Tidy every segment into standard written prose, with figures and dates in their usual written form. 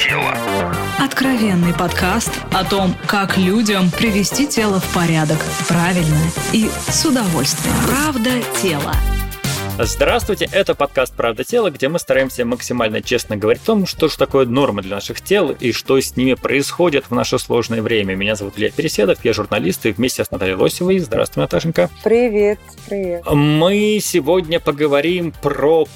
тело». Откровенный подкаст о том, как людям привести тело в порядок правильно и с удовольствием. Правда тело. Здравствуйте, это подкаст «Правда тела», где мы стараемся максимально честно говорить о том, что же такое норма для наших тел и что с ними происходит в наше сложное время. Меня зовут Илья Переседов, я журналист, и вместе с Натальей Лосевой. Здравствуй, Наташенька. Привет. Мы сегодня поговорим про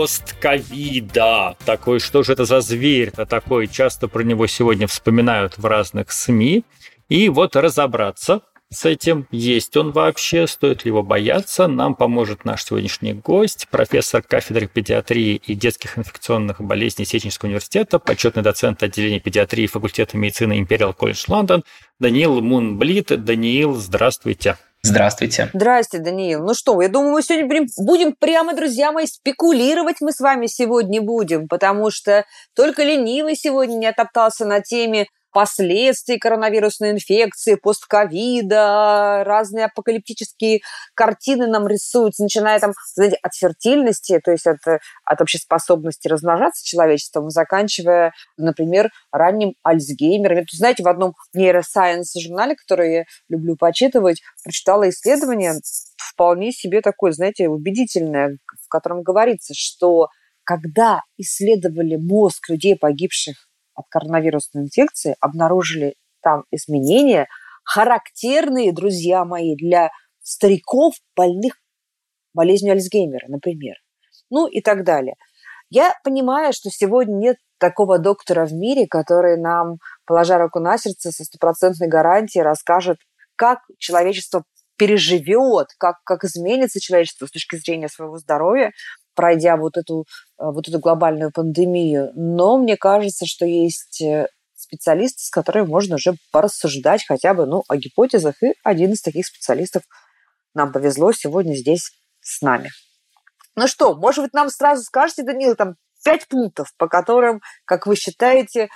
пост-ковида. Такой, что же это за зверь-то такой? Часто про него сегодня вспоминают в разных СМИ. И вот разобраться с этим, есть он вообще, стоит ли его бояться, нам поможет наш сегодняшний гость, профессор кафедры педиатрии и детских инфекционных болезней Сеченского университета, почетный доцент отделения педиатрии факультета медицины Imperial College London Даниил Мунблит. Даниил, здравствуйте. Здравствуйте. Здрасте, Даниил. Ну что, я думаю, мы сегодня будем прямо, друзья мои, спекулировать мы с вами сегодня будем, потому что только ленивый сегодня не отоптался на теме последствий коронавирусной инфекции, постковида, разные апокалиптические картины нам рисуются, начиная там, знаете, от фертильности, то есть от вообще способности размножаться человечеством, заканчивая, например, ранним Альцгеймером. Тут, знаете, в одном нейросайенс журнале, который я люблю почитывать, прочитала исследование вполне себе такое, знаете, убедительное, в котором говорится, что когда исследовали мозг людей, погибших от коронавирусной инфекции, обнаружили там изменения, характерные, друзья мои, для стариков, больных болезнью Альцгеймера, например. Ну и так далее. Я понимаю, что сегодня нет такого доктора в мире, который нам, положа руку на сердце, со стопроцентной гарантией расскажет, как человечество переживет, как изменится человечество с точки зрения своего здоровья, пройдя вот эту глобальную пандемию. Но мне кажется, что есть специалисты, с которыми можно уже порассуждать хотя бы о гипотезах. И один из таких специалистов нам повезло сегодня здесь с нами. Ну что, может быть, нам сразу скажете, Даниил, 5 пунктов, по которым, как вы считаете,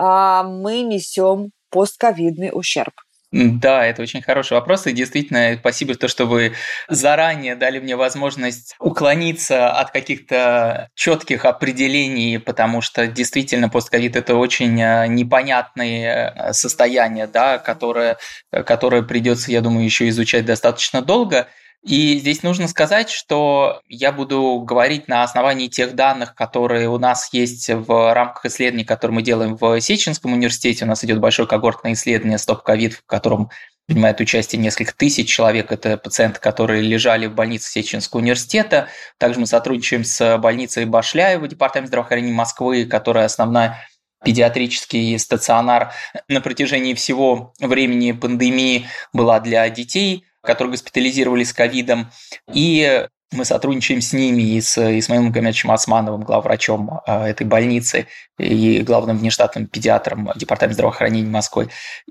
мы несем постковидный ущерб? Да, это очень хороший вопрос, и действительно спасибо, что вы заранее дали мне возможность уклониться от каких-то четких определений, потому что действительно постковид – это очень непонятное состояние, да, которое придется, я думаю, еще изучать достаточно долго. И здесь нужно сказать, что я буду говорить на основании тех данных, которые у нас есть в рамках исследований, которые мы делаем в Сеченском университете. У нас идет большое когортное исследование «Стоп-ковид», в котором принимает участие несколько тысяч человек. Это пациенты, которые лежали в больнице Сеченского университета. Также мы сотрудничаем с больницей Башляева, департамент здравоохранения Москвы, которая основная педиатрический стационар на протяжении всего времени пандемии была для детей, которые госпитализировались с ковидом, и мы сотрудничаем с ними и с Исмаилом Магомедовичем Османовым, главврачом этой больницы и главным внештатным педиатром Департамента здравоохранения Москвы.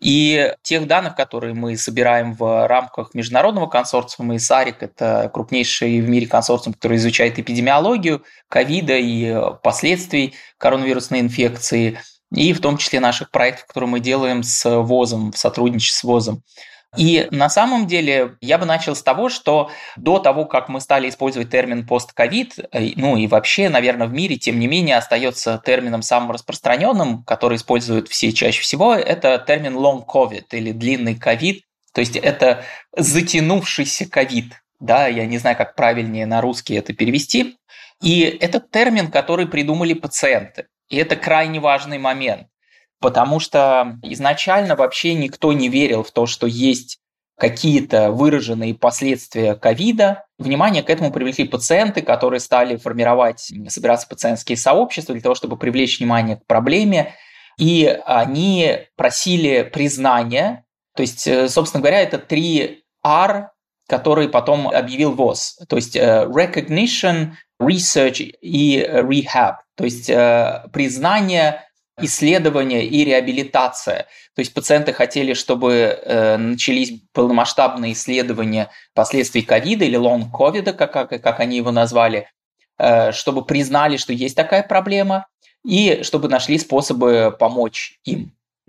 И тех данных, которые мы собираем в рамках международного консорциума ИСАРИК, это крупнейший в мире консорциум, который изучает эпидемиологию ковида и последствий коронавирусной инфекции, и в том числе наших проектов, которые мы делаем с ВОЗом, в сотрудничестве с ВОЗом. И на самом деле я бы начал с того, что до того, как мы стали использовать термин постковид, ну и вообще, наверное, в мире, тем не менее, остается термином самым распространенным, который используют все чаще всего, это термин long COVID или длинный ковид, то есть это затянувшийся ковид. Да, я не знаю, как правильнее на русский это перевести. И это термин, который придумали пациенты. И это крайне важный момент. Потому что изначально вообще никто не верил в то, что есть какие-то выраженные последствия ковида. Внимание к этому привлекли пациенты, которые стали собираться пациентские сообщества для того, чтобы привлечь внимание к проблеме. И они просили признания. То есть, собственно говоря, это 3 R, которые потом объявил ВОЗ. То есть recognition, research и rehab. То есть признание, исследование и реабилитация. То есть пациенты хотели, чтобы начались полномасштабные исследования последствий ковида или лонг-ковида, как они его назвали, чтобы признали, что есть такая проблема, и чтобы нашли способы помочь им.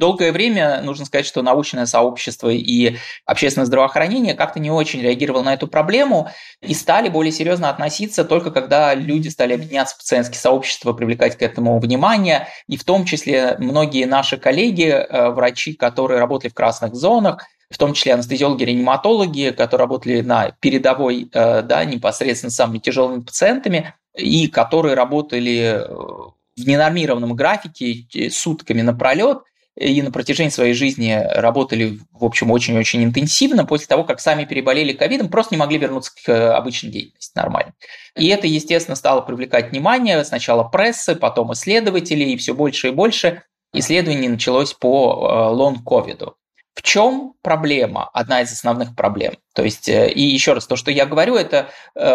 Долгое время, нужно сказать, что научное сообщество и общественное здравоохранение как-то не очень реагировало на эту проблему и стали более серьезно относиться только когда люди стали объединяться в пациентские сообщества, привлекать к этому внимание, и в том числе многие наши коллеги, врачи, которые работали в красных зонах, в том числе анестезиологи, реаниматологи, которые работали на передовой, непосредственно с самыми тяжелыми пациентами, и которые работали в ненормированном графике сутками напролет, и на протяжении своей жизни работали, в общем, очень-очень интенсивно, после того, как сами переболели ковидом, просто не могли вернуться к обычной деятельности нормально. И это, естественно, стало привлекать внимание сначала прессы, потом исследователей, и все больше и больше исследований началось по лонг-ковиду. В чем проблема? Одна из основных проблем. То есть, и еще раз, то, что я говорю, это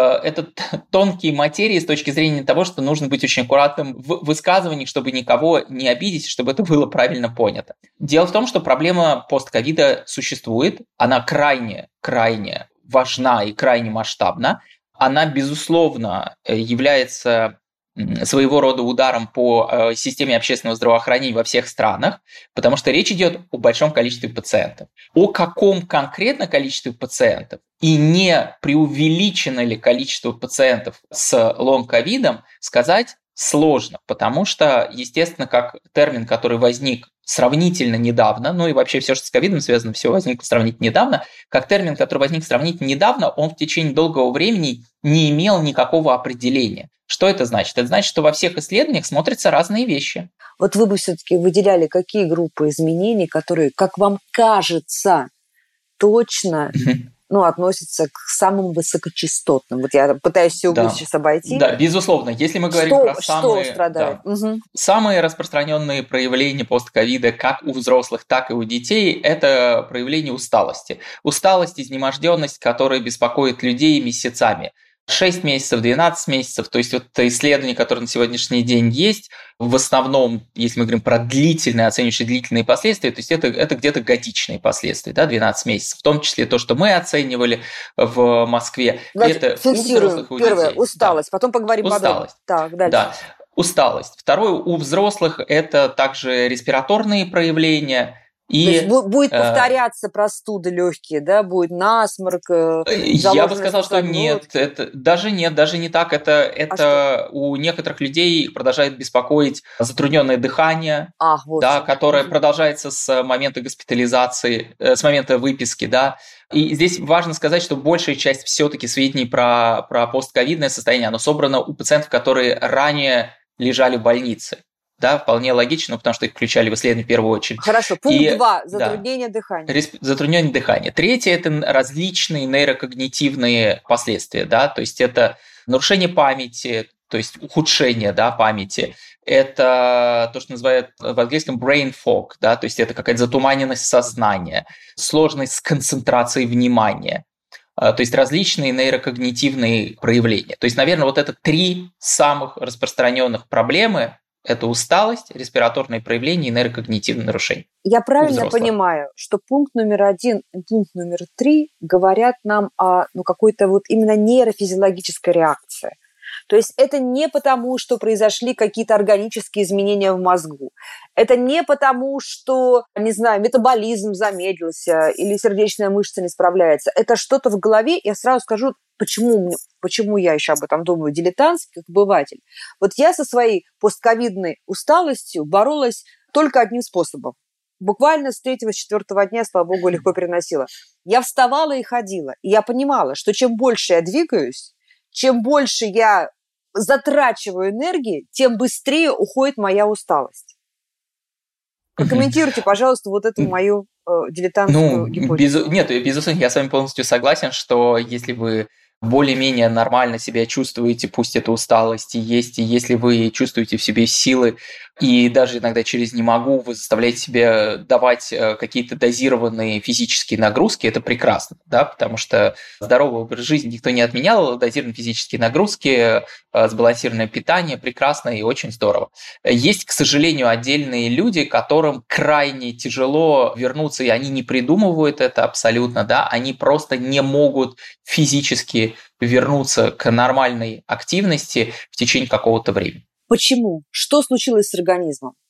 тонкие материи с точки зрения того, что нужно быть очень аккуратным в высказывании, чтобы никого не обидеть, чтобы это было правильно понято. Дело в том, что проблема постковида существует, она крайне важна и крайне масштабна. Она, безусловно, является своего рода ударом по системе общественного здравоохранения во всех странах, потому что речь идет о большом количестве пациентов. О каком конкретно количестве пациентов и не преувеличено ли количество пациентов с лонг-ковидом сказать сложно, потому что, естественно, как термин, который возник сравнительно недавно, ну и вообще все, что с ковидом связано, все возникло сравнительно недавно, как термин, который возник сравнительно недавно, он в течение долгого времени не имел никакого определения. Что это значит? Это значит, что во всех исследованиях смотрятся разные вещи. Вот вы бы все-таки выделяли какие группы изменений, которые, как вам кажется, точно относятся к самым высокочастотным. Вот я пытаюсь все углы сейчас обойти. Да, безусловно. Если мы говорим про самые распространенные проявления постковида как у взрослых, так и у детей, это проявление усталости. Усталость, изнеможденность, которая беспокоит людей месяцами. 6 месяцев, 12 месяцев, то есть вот это исследование, которое на сегодняшний день есть, в основном, если мы говорим про оценивающие длительные последствия, то есть это где-то годичные последствия, 12 месяцев, в том числе то, что мы оценивали в Москве. Давайте это фиксируем. Первое, усталость, потом поговорим подробно. Так, дальше. Да, усталость. Второе, у взрослых это также респираторные проявления. То есть будет повторяться простуды легкие, да, будет насморк. Я бы сказал, что нет, это даже не так. Это у некоторых людей продолжает беспокоить затрудненное дыхание, которое продолжается с момента госпитализации, с момента выписки, да. И здесь важно сказать, что большая часть все-таки сведений про постковидное состояние, оно собрано у пациентов, которые ранее лежали в больнице. Да, вполне логично, потому что их включали в исследование в первую очередь. Хорошо, пункт 2. Затруднение дыхания. Затруднение дыхания. Третье – это различные нейрокогнитивные последствия. Да? То есть это нарушение памяти, то есть ухудшение памяти. Это то, что называют в английском brain fog, да? То есть это какая-то затуманенность сознания, сложность с концентрацией внимания. То есть различные нейрокогнитивные проявления. То есть, наверное, вот это 3 самых распространенных проблемы. Это усталость, респираторные проявления и нейрокогнитивные нарушения. Я правильно понимаю, что пункт номер 1 и пункт номер 3 говорят нам о какой-то вот именно нейрофизиологической реакции. То есть это не потому, что произошли какие-то органические изменения в мозгу. Это не потому, что, не знаю, метаболизм замедлился или сердечная мышца не справляется. Это что-то в голове. Я сразу скажу, почему я еще об этом думаю, дилетантский, как обыватель. Вот я со своей постковидной усталостью боролась только одним способом. Буквально с 3-4 дня, слава богу, легко переносила. Я вставала и ходила. И я понимала, что чем больше я двигаюсь, чем больше я затрачиваю энергии, тем быстрее уходит моя усталость. Прокомментируйте, пожалуйста, вот эту мою дилетантскую гипотезу. Нет, безусловно, я с вами полностью согласен, что если вы более-менее нормально себя чувствуете, пусть это усталость и есть, и если вы чувствуете в себе силы, и даже иногда через «не могу» вы заставляете себе давать какие-то дозированные физические нагрузки, это прекрасно, да, потому что здоровый образ жизни никто не отменял, дозированные физические нагрузки, сбалансированное питание прекрасно и очень здорово. Есть, к сожалению, отдельные люди, которым крайне тяжело вернуться, и они не придумывают это абсолютно, да, они просто не могут физически вернуться к нормальной активности в течение какого-то времени. Почему? Что случилось с организмом?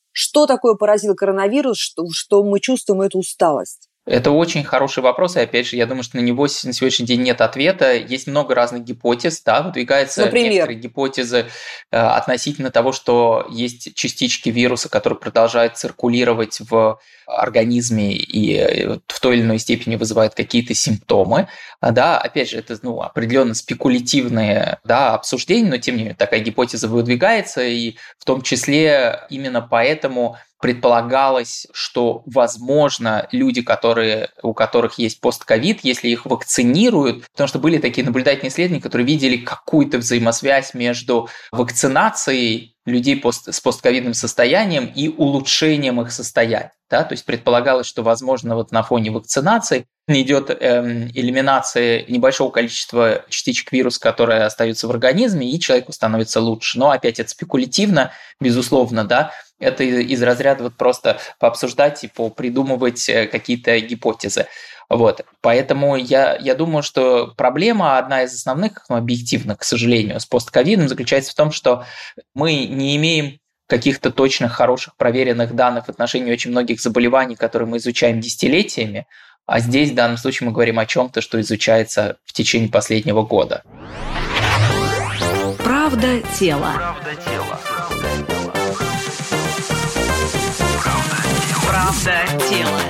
Что такое поразил коронавирус, что мы чувствуем эту усталость? Это очень хороший вопрос, и опять же, я думаю, что на него на сегодняшний день нет ответа. Есть много разных гипотез, да, выдвигаются некоторые гипотезы относительно того, что есть частички вируса, которые продолжают циркулировать в организме и в той или иной степени вызывают какие-то симптомы. Да, опять же, это определенно спекулятивные, да, обсуждения, но тем не менее такая гипотеза выдвигается, и в том числе именно поэтому предполагалось, что, возможно, люди, у которых есть постковид, если их вакцинируют, потому что были такие наблюдательные исследования, которые видели какую-то взаимосвязь между вакцинацией людей с постковидным состоянием и улучшением их состояния. Да? То есть предполагалось, что, возможно, на фоне вакцинации идет элиминация небольшого количества частичек вируса, которые остаются в организме, и человеку становится лучше. Но опять это спекулятивно, безусловно, да. Это из разряда просто пообсуждать и попридумывать какие-то гипотезы. Поэтому я думаю, что проблема, одна из основных, объективно, к сожалению, с постковидом заключается в том, что мы не имеем каких-то точных, хороших, проверенных данных в отношении очень многих заболеваний, которые мы изучаем десятилетиями, а здесь в данном случае мы говорим о чем-то, что изучается в течение последнего года. Правда тела. Правда тела.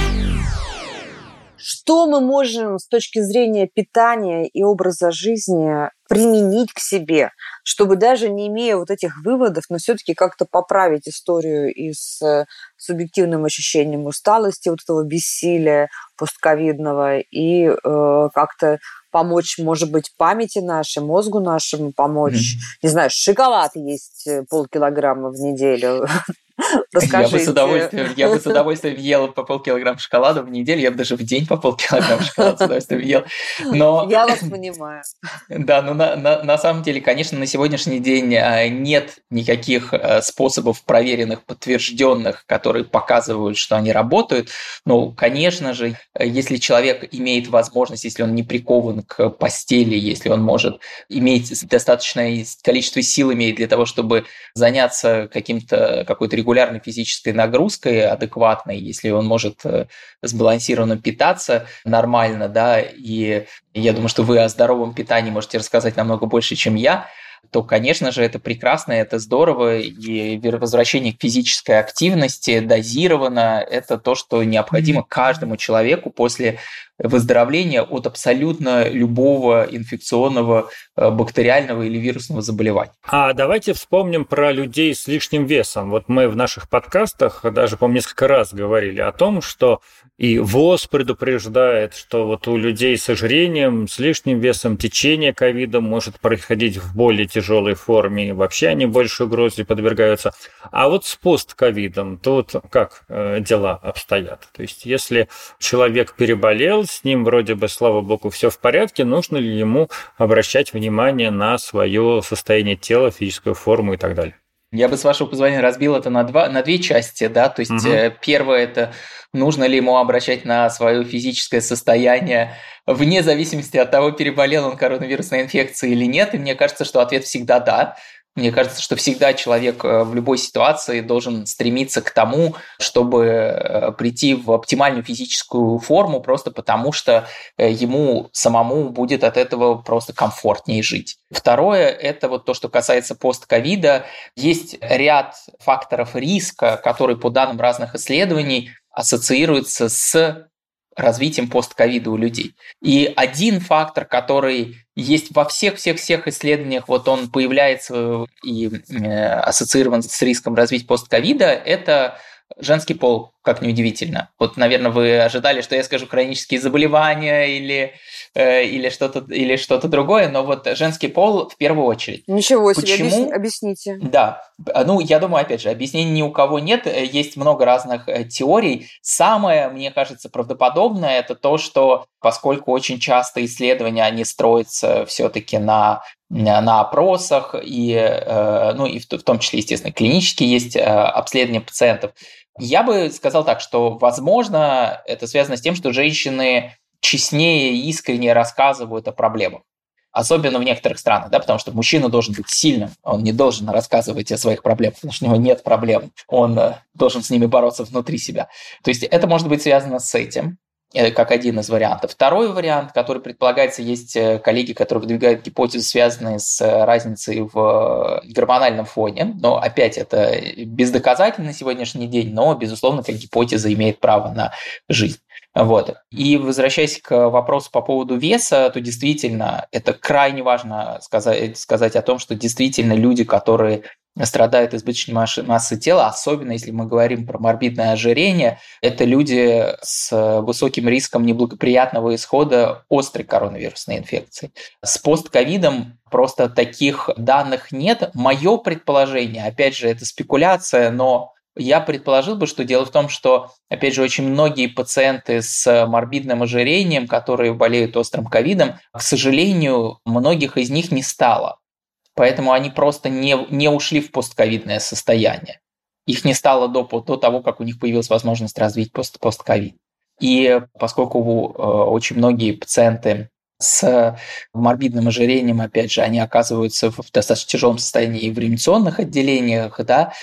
Что мы можем с точки зрения питания и образа жизни применить к себе, чтобы даже не имея этих выводов, но все-таки как-то поправить историю и с субъективным ощущением усталости, этого бессилия постковидного, и как-то помочь, может быть, памяти нашей, мозгу нашему помочь. Не знаю, шоколад есть полкилограмма в неделю. Расскажите. Я бы с удовольствием ел по полкилограмма шоколада в неделю, я бы даже в день по полкилограмма шоколада с удовольствием ел. Но... Я вас понимаю. Да, но на самом деле, конечно, на сегодняшний день нет никаких способов проверенных, подтвержденных, которые показывают, что они работают. Конечно же, если человек имеет возможность, если он не прикован к постели, если он может иметь достаточное количество сил имеет для того, чтобы заняться какой-то регулярной физической нагрузкой адекватной, если он может сбалансированно питаться нормально, да, и я думаю, что вы о здоровом питании можете рассказать намного больше, чем я, то, конечно же, это прекрасно, это здорово, и возвращение к физической активности дозированно – это то, что необходимо каждому человеку после выздоровления от абсолютно любого инфекционного, бактериального или вирусного заболевания. А давайте вспомним про людей с лишним весом. Мы в наших подкастах даже, по-моему, несколько раз говорили о том, что и ВОЗ предупреждает, что у людей с ожирением, с лишним весом течение ковида может происходить в более тяжелой форме, и вообще они больше угрозе подвергаются. А с постковидом тут как дела обстоят? То есть, если человек переболел, с ним вроде бы, слава богу, все в порядке, нужно ли ему обращать внимание на свое состояние тела, физическую форму и так далее? Я бы, с вашего позволения, разбил это на две части, да, то есть первое – это нужно ли ему обращать на свое физическое состояние вне зависимости от того, переболел он коронавирусной инфекцией или нет, и мне кажется, что ответ всегда «да». Мне кажется, что всегда человек в любой ситуации должен стремиться к тому, чтобы прийти в оптимальную физическую форму, просто потому что ему самому будет от этого просто комфортнее жить. Второе – это то, что касается постковида. Есть ряд факторов риска, которые по данным разных исследований ассоциируются с развитием постковида у людей. И один фактор, который есть во всех исследованиях, он появляется и ассоциирован с риском развития постковида, это женский пол, как неудивительно. Наверное, вы ожидали, что я скажу хронические заболевания или что-то другое, но женский пол в первую очередь. Ничего себе, почему? Объясните. Да, я думаю, опять же, объяснений ни у кого нет, есть много разных теорий. Самое, мне кажется, правдоподобное – это то, что поскольку очень часто исследования, они строятся все-таки на опросах, и в том числе, естественно, клинические есть обследования пациентов. Я бы сказал так, что, возможно, это связано с тем, что женщины честнее и искренне рассказывают о проблемах. Особенно в некоторых странах, да, потому что мужчина должен быть сильным, он не должен рассказывать о своих проблемах, потому что у него нет проблем, он должен с ними бороться внутри себя. То есть это может быть связано с этим, как один из вариантов. Второй вариант, который предполагается, есть коллеги, которые выдвигают гипотезы, связанные с разницей в гормональном фоне, но опять это бездоказательно на сегодняшний день, но, безусловно, как гипотеза имеет право на жизнь. Вот. И возвращаясь к вопросу по поводу веса, то действительно это крайне важно сказать о том, что действительно люди, которые страдают избыточной массой тела, особенно если мы говорим про морбидное ожирение, это люди с высоким риском неблагоприятного исхода острой коронавирусной инфекции. С постковидом просто таких данных нет. Мое предположение, опять же, это спекуляция, но я предположил бы, что дело в том, что, опять же, очень многие пациенты с морбидным ожирением, которые болеют острым ковидом, к сожалению, многих из них не стало. Поэтому они просто не ушли в постковидное состояние. Их не стало до того, как у них появилась возможность развить постковид. И поскольку очень многие пациенты с морбидным ожирением, опять же, они оказываются в достаточно тяжелом состоянии и в реанимационных отделениях, да,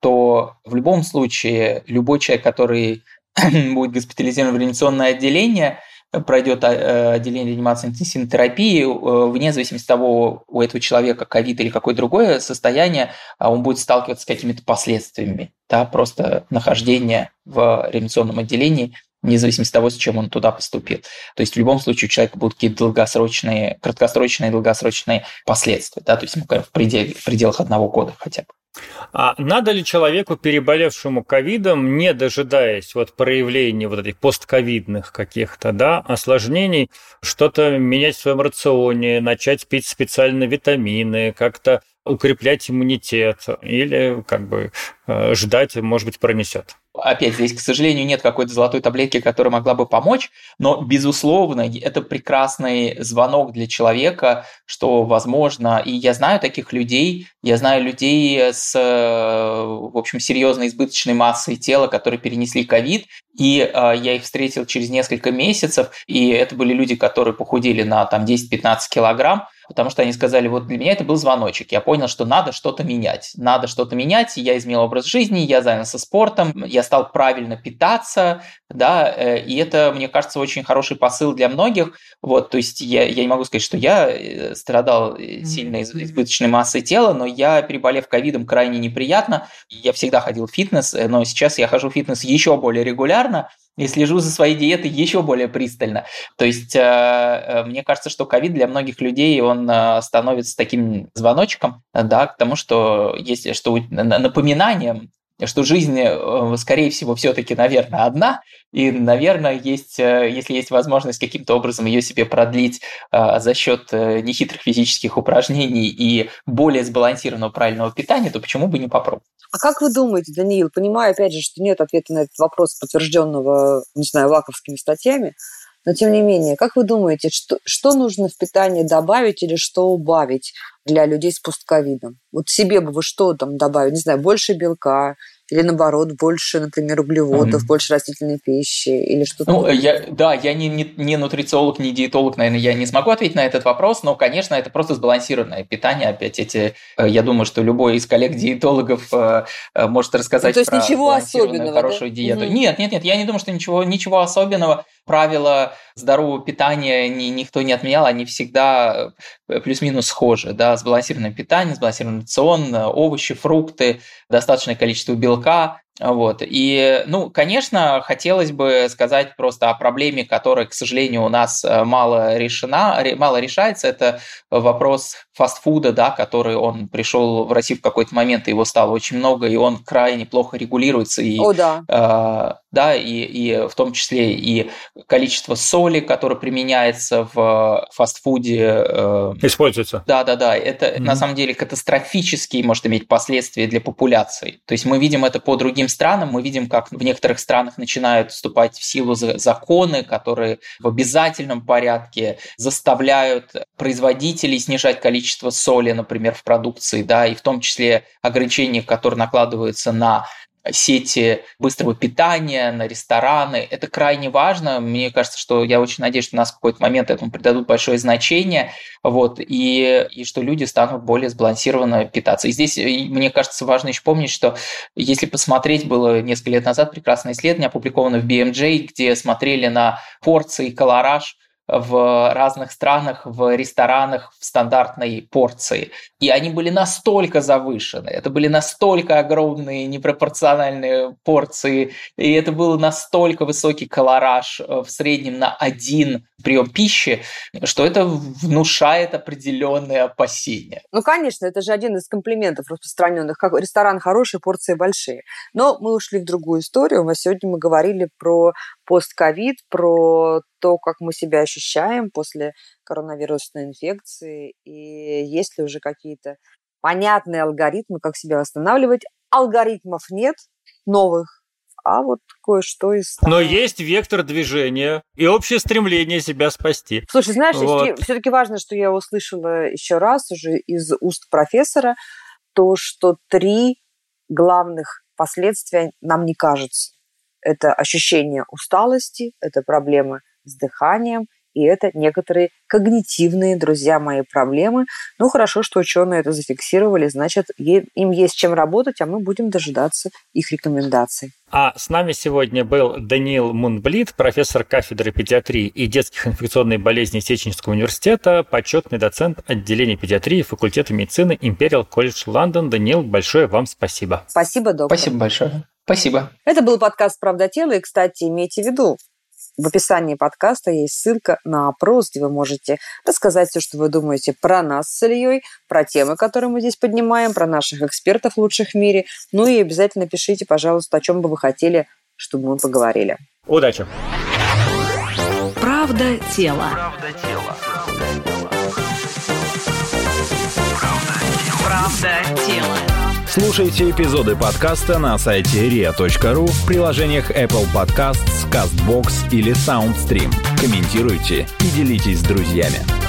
то в любом случае любой человек, который будет госпитализирован в реанимационное отделение, пройдет отделение реанимации интенсивной терапии, вне зависимости от того, у этого человека ковид или какое-то другое состояние, он будет сталкиваться с какими-то последствиями, да, просто нахождения в реанимационном отделении, вне зависимости от того, с чем он туда поступил. То есть в любом случае у человека будут какие-то краткосрочные и долгосрочные последствия, да, то есть в пределах 1 года хотя бы. А надо ли человеку, переболевшему ковидом, не дожидаясь проявления этих постковидных каких-то, да, осложнений, что-то менять в своем рационе, начать пить специальные витамины, как-то укреплять иммунитет или ждать, может быть, пронесет? Опять здесь, к сожалению, нет какой-то золотой таблетки, которая могла бы помочь, но, безусловно, это прекрасный звонок для человека, что возможно, и я знаю таких людей, с, в общем, серьезной избыточной массой тела, которые перенесли ковид, и я их встретил через несколько месяцев, и это были люди, которые похудели на 10-15 килограмм, потому что они сказали, для меня это был звоночек, я понял, что надо что-то менять, я изменил образ жизни, я занялся спортом, я стал правильно питаться, да, и это, мне кажется, очень хороший посыл для многих, то есть я не могу сказать, что я страдал сильно избыточной массой тела, но я, переболев ковидом, крайне неприятно, я всегда ходил в фитнес, но сейчас я хожу в фитнес еще более регулярно, и слежу за своей диетой еще более пристально. То есть мне кажется, что ковид для многих людей, он становится таким звоночком, да, к тому, что есть напоминанием, что жизнь, скорее всего, все-таки, наверное, одна, и, наверное, если есть возможность каким-то образом ее себе продлить за счет нехитрых физических упражнений и более сбалансированного правильного питания, то почему бы не попробовать? А как вы думаете, Даниил, понимаю, опять же, что нет ответа на этот вопрос, подтвержденного, лаковскими статьями, но тем не менее, как вы думаете, что нужно в питание добавить или что убавить для людей с постковидом? Себе бы вы что добавили? Больше белка или, наоборот, больше, например, углеводов, больше растительной пищи или что-то? Я не нутрициолог, не диетолог, наверное, я не смогу ответить на этот вопрос, но, конечно, это просто сбалансированное питание. Опять я думаю, что любой из коллег-диетологов может рассказать про сбалансированную, хорошую диету. Угу. Нет, я не думаю, что ничего особенного. Правила здорового питания никто не отменял, они всегда плюс-минус схожи, да, сбалансированное питание, сбалансированный рацион, овощи, фрукты, достаточное количество белка. И, конечно, хотелось бы сказать просто о проблеме, которая, к сожалению, у нас мало решается. Это вопрос фастфуда, да, который он пришел в Россию в какой-то момент, и его стало очень много, и он крайне плохо регулируется. И, и в том числе и количество соли, которое применяется в фастфуде. Используется. Да. Это на самом деле катастрофические может иметь последствия для популяции. То есть мы видим это по другим странам, мы видим, как в некоторых странах начинают вступать в силу законы, которые в обязательном порядке заставляют производителей снижать количество соли, например, в продукции, да, и в том числе ограничения, которые накладываются на сети быстрого питания, на рестораны. Это крайне важно. Мне кажется, что я очень надеюсь, что у нас в какой-то момент этому придадут большое значение, и что люди станут более сбалансированно питаться. И здесь, мне кажется, важно еще помнить, что если посмотреть, было несколько лет назад прекрасное исследование, опубликовано в BMJ, где смотрели на порции колораж в разных странах, в ресторанах в стандартной порции. И они были настолько завышены, это были настолько огромные непропорциональные порции, и это был настолько высокий колораж в среднем на один прием пищи, что это внушает определенные опасения. Конечно, это же один из комплиментов распространенных. Ресторан хороший, порции большие. Но мы ушли в другую историю. Сегодня мы говорили про постковид, про то, как мы себя ощущаем после коронавирусной инфекции, и есть ли уже какие-то понятные алгоритмы, как себя восстанавливать. Алгоритмов нет новых, а кое-что из того. Но есть вектор движения и общее стремление себя спасти. Слушай, знаешь, все-таки важно, что я услышала еще раз уже из уст профессора, то, что 3 главных последствия нам не кажется. Это ощущение усталости, это проблемы с дыханием, и это некоторые когнитивные, друзья мои, проблемы. Хорошо, что ученые это зафиксировали, значит, им есть чем работать, а мы будем дожидаться их рекомендаций. А с нами сегодня был Даниил Мунблит, профессор кафедры педиатрии и детских инфекционных болезней Сеченского университета, почетный доцент отделения педиатрии факультета медицины Imperial College London. Даниил, большое вам спасибо. Спасибо, доктор. Спасибо большое. Спасибо. Это был подкаст «Правда тела», и, кстати, имейте в виду, в описании подкаста есть ссылка на опрос, где вы можете рассказать все, что вы думаете про нас с Ильей, про темы, которые мы здесь поднимаем, про наших экспертов лучших в мире. И обязательно пишите, пожалуйста, о чем бы вы хотели, чтобы мы поговорили. Удачи! Правда тела. Правда тела. Слушайте эпизоды подкаста на сайте ria.ru, в приложениях Apple Podcasts, CastBox или SoundStream. Комментируйте и делитесь с друзьями.